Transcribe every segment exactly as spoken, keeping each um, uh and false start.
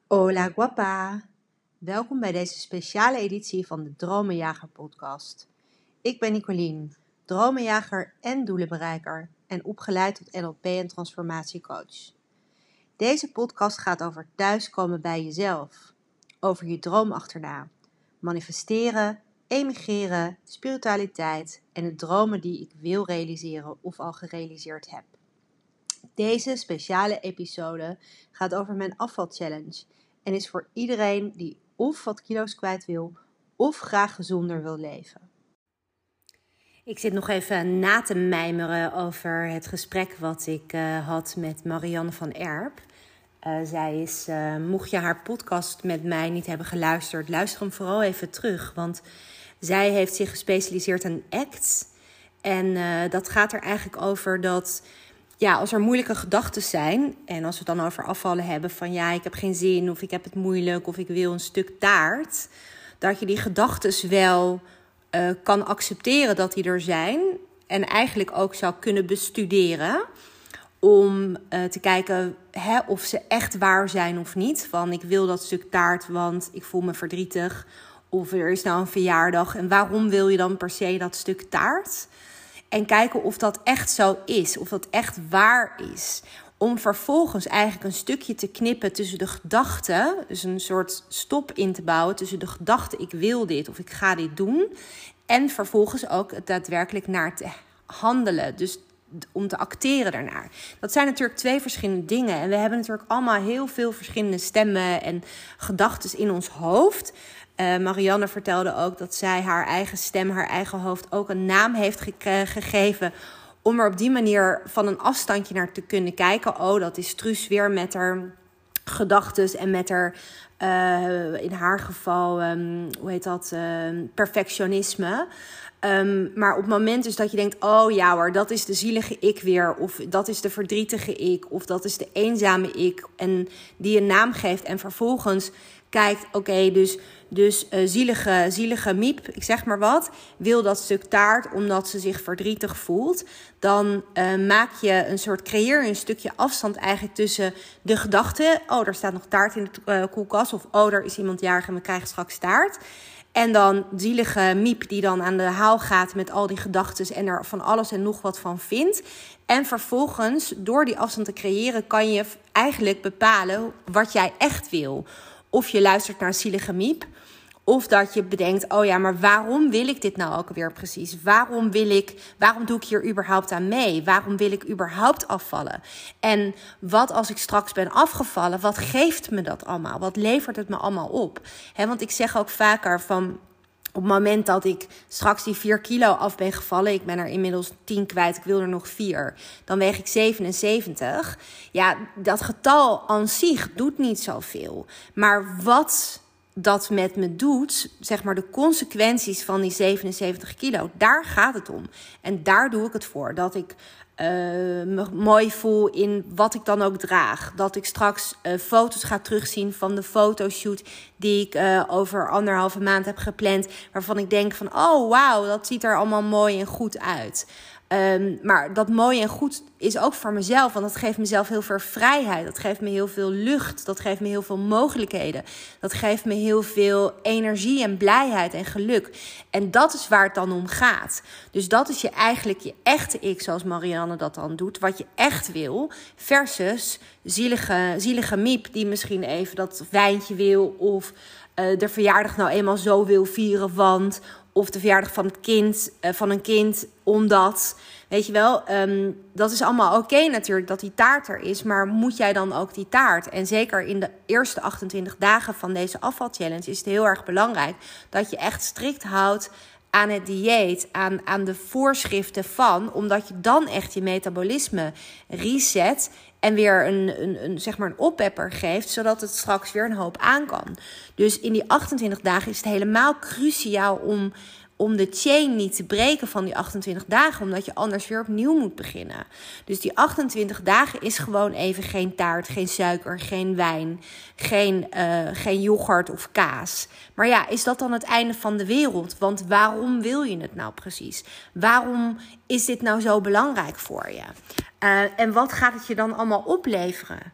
Hola guapa! Welkom bij deze speciale editie van de Dromenjager podcast. Ik ben Nicolien, dromenjager en doelenbereiker en opgeleid tot N L P en transformatiecoach. Deze podcast gaat over thuiskomen bij jezelf, over je droom achterna, manifesteren, emigreren, spiritualiteit en de dromen die ik wil realiseren of al gerealiseerd heb. Deze speciale episode gaat over mijn afvalchallenge en is voor iedereen die of wat kilo's kwijt wil of graag gezonder wil leven. Ik zit nog even na te mijmeren over het gesprek wat ik uh, had met Marianne van Erp. Uh, zij is, uh, mocht je haar podcast met mij niet hebben geluisterd, luister hem vooral even terug. Want zij heeft zich gespecialiseerd in A C T. En uh, dat gaat er eigenlijk over dat... Ja, als er moeilijke gedachten zijn, en als we het dan over afvallen hebben van ja, ik heb geen zin of ik heb het moeilijk of ik wil een stuk taart, dat je die gedachten wel uh, kan accepteren dat die er zijn en eigenlijk ook zou kunnen bestuderen om uh, te kijken hè, of ze echt waar zijn of niet. Van ik wil dat stuk taart, want ik voel me verdrietig of er is nou een verjaardag en waarom wil je dan per se dat stuk taart? En kijken of dat echt zo is, of dat echt waar is. Om vervolgens eigenlijk een stukje te knippen tussen de gedachten. Dus een soort stop in te bouwen tussen de gedachte ik wil dit of ik ga dit doen. En vervolgens ook het daadwerkelijk naar te handelen. Dus om te acteren daarnaar. Dat zijn natuurlijk twee verschillende dingen. En we hebben natuurlijk allemaal heel veel verschillende stemmen en gedachten in ons hoofd. Uh, Marianne vertelde ook dat zij haar eigen stem, haar eigen hoofd ook een naam heeft ge- gegeven. Om er op die manier van een afstandje naar te kunnen kijken. Oh, dat is Truus weer met haar gedachtes en met haar, uh, in haar geval, um, hoe heet dat, uh, perfectionisme. Um, maar op het moment dus dat je denkt, oh ja hoor, dat is de zielige ik weer. Of dat is de verdrietige ik. Of dat is de eenzame ik. En die een naam geeft en vervolgens kijkt, oké, okay, dus, dus uh, zielige, zielige Miep, ik zeg maar wat, wil dat stuk taart omdat ze zich verdrietig voelt. Dan uh, maak je een soort, creëer je een stukje afstand eigenlijk tussen de gedachte, oh, er staat nog taart in de uh, koelkast. Of oh, er is iemand jarig en we krijgen straks taart. En dan zielige Miep die dan aan de haal gaat met al die gedachten en er van alles en nog wat van vindt. En vervolgens, door die afstand te creëren, kan je eigenlijk bepalen wat jij echt wil. Of je luistert naar zielige Miep. Of dat je bedenkt, oh ja, maar waarom wil ik dit nou ook weer precies? Waarom wil ik, waarom doe ik hier überhaupt aan mee? Waarom wil ik überhaupt afvallen? En wat als ik straks ben afgevallen? Wat geeft me dat allemaal? Wat levert het me allemaal op? He, want ik zeg ook vaker van, op het moment dat ik straks die vier kilo af ben gevallen, ik ben er inmiddels tien kwijt, ik wil er nog vier, dan weeg ik zevenenzeventig. Ja, dat getal aan zich doet niet zoveel. Maar wat dat met me doet, zeg maar de consequenties van die zevenenzeventig kilo, daar gaat het om. En daar doe ik het voor, dat ik Uh, me mooi voel in wat ik dan ook draag. Dat ik straks uh, foto's ga terugzien van de fotoshoot die ik uh, over anderhalve maand heb gepland. Waarvan ik denk van, oh wauw, dat ziet er allemaal mooi en goed uit. Um, maar dat mooi en goed is ook voor mezelf. Want dat geeft mezelf heel veel vrijheid. Dat geeft me heel veel lucht. Dat geeft me heel veel mogelijkheden. Dat geeft me heel veel energie en blijheid en geluk. En dat is waar het dan om gaat. Dus dat is je eigenlijk je echte ik, zoals Marianne dat dan doet. Wat je echt wil. Versus zielige, zielige Miep die misschien even dat wijntje wil. Of uh, de verjaardag nou eenmaal zo wil vieren, want... Of de verjaardag van het kind, uh, van een kind, omdat, weet je wel, um, dat is allemaal oké okay natuurlijk dat die taart er is, maar moet jij dan ook die taart? En zeker in de eerste achtentwintig dagen van deze afvalchallenge is het heel erg belangrijk dat je echt strikt houdt aan het dieet, aan, aan de voorschriften van, omdat je dan echt je metabolisme reset en weer een, een, een, zeg maar een oppepper geeft, zodat het straks weer een hoop aan kan. Dus in die achtentwintig dagen is het helemaal cruciaal om, om de chain niet te breken van die achtentwintig dagen, omdat je anders weer opnieuw moet beginnen. Dus die achtentwintig dagen is gewoon even geen taart, geen suiker, geen wijn, geen, uh, geen yoghurt of kaas. Maar ja, is dat dan het einde van de wereld? Want waarom wil je het nou precies? Waarom is dit nou zo belangrijk voor je? Uh, en wat gaat het je dan allemaal opleveren?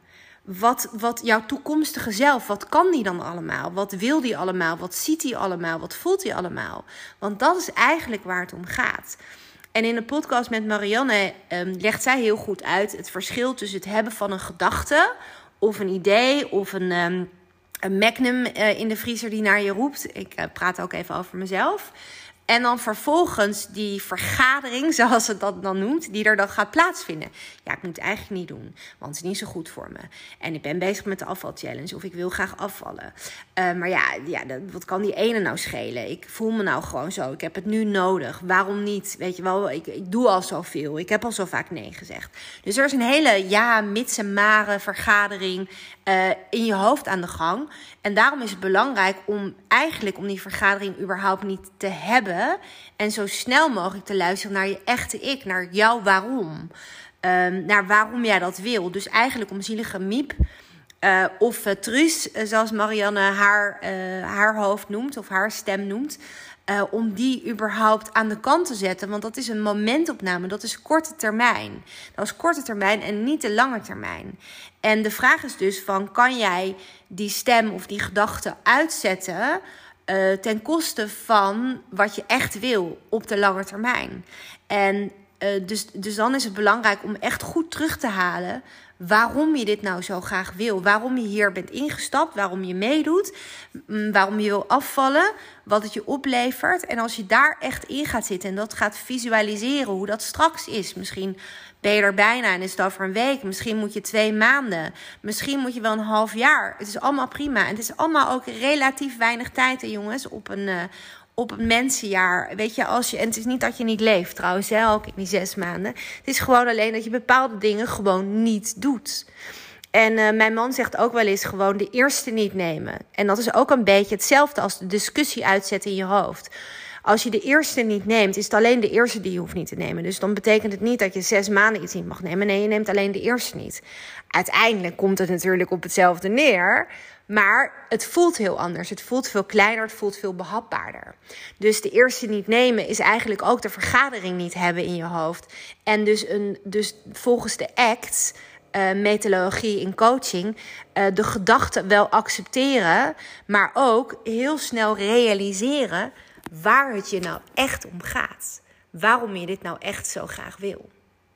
Wat, wat jouw toekomstige zelf, wat kan die dan allemaal? Wat wil die allemaal? Wat ziet die allemaal? Wat voelt die allemaal? Want dat is eigenlijk waar het om gaat. En in de podcast met Marianne um, legt zij heel goed uit het verschil tussen het hebben van een gedachte of een idee of een, um, een magnum uh, in de vriezer die naar je roept. Ik uh, praat ook even over mezelf. En dan vervolgens die vergadering, zoals ze dat dan noemt, die er dan gaat plaatsvinden. Ja, ik moet het eigenlijk niet doen, want het is niet zo goed voor me. En ik ben bezig met de afvalchallenge of ik wil graag afvallen. Uh, maar ja, ja dat, wat kan die ene nou schelen? Ik voel me nou gewoon zo, ik heb het nu nodig. Waarom niet? Weet je wel, ik, ik doe al zoveel. Ik heb al zo vaak nee gezegd. Dus er is een hele ja, mits en mare vergadering uh, in je hoofd aan de gang. En daarom is het belangrijk om eigenlijk om die vergadering überhaupt niet te hebben. En zo snel mogelijk te luisteren naar je echte ik, naar jouw waarom. Um, naar waarom jij dat wil. Dus eigenlijk om zielige miep uh, of uh, truus, uh, zoals Marianne haar, uh, haar hoofd noemt of haar stem noemt. Uh, om die überhaupt aan de kant te zetten. Want dat is een momentopname, dat is korte termijn. Dat is korte termijn en niet de lange termijn. En de vraag is dus van, kan jij die stem of die gedachte uitzetten Uh, ten koste van wat je echt wil op de lange termijn. En uh, dus, dus dan is het belangrijk om echt goed terug te halen waarom je dit nou zo graag wil. Waarom je hier bent ingestapt, waarom je meedoet, waarom je wil afvallen, wat het je oplevert. En als je daar echt in gaat zitten en dat gaat visualiseren hoe dat straks is. Misschien ben je er bijna en is het over een week. Misschien moet je twee maanden. Misschien moet je wel een half jaar. Het is allemaal prima. En het is allemaal ook relatief weinig tijd, hè, jongens, op een, uh, op een mensenjaar. Weet je, als je, en het is niet dat je niet leeft trouwens, hè, ook in die zes maanden. Het is gewoon alleen dat je bepaalde dingen gewoon niet doet. En uh, mijn man zegt ook wel eens gewoon de eerste niet nemen. En dat is ook een beetje hetzelfde als de discussie uitzetten in je hoofd. Als je de eerste niet neemt, is het alleen de eerste die je hoeft niet te nemen. Dus dan betekent het niet dat je zes maanden iets niet mag nemen. Nee, je neemt alleen de eerste niet. Uiteindelijk komt het natuurlijk op hetzelfde neer. Maar het voelt heel anders. Het voelt veel kleiner, het voelt veel behapbaarder. Dus de eerste niet nemen is eigenlijk ook de vergadering niet hebben in je hoofd. En dus, een, dus volgens de ACT, uh, methodologie in coaching, uh, de gedachten wel accepteren, maar ook heel snel realiseren waar het je nou echt om gaat. Waarom je dit nou echt zo graag wil.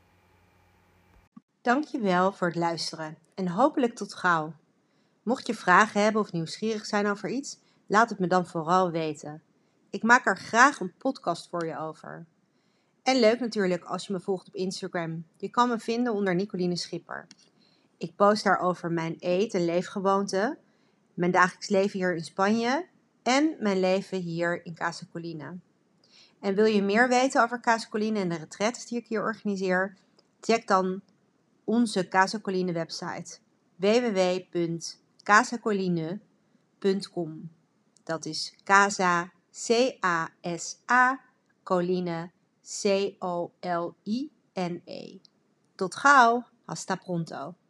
Dankjewel voor het luisteren en hopelijk tot gauw. Mocht je vragen hebben of nieuwsgierig zijn over iets, laat het me dan vooral weten. Ik maak er graag een podcast voor je over. En leuk natuurlijk als je me volgt op Instagram. Je kan me vinden onder Nicoline Schipper. Ik post daarover mijn eet- en leefgewoonten, mijn dagelijks leven hier in Spanje en mijn leven hier in Casa Colina. En wil je meer weten over Casa Colina en de retraites die ik hier organiseer? Check dan onze Casa Colina website w w w punt casa coline punt com. Dat is Casa, C A S A, Coline, C O L I N E. Tot gauw, hasta pronto.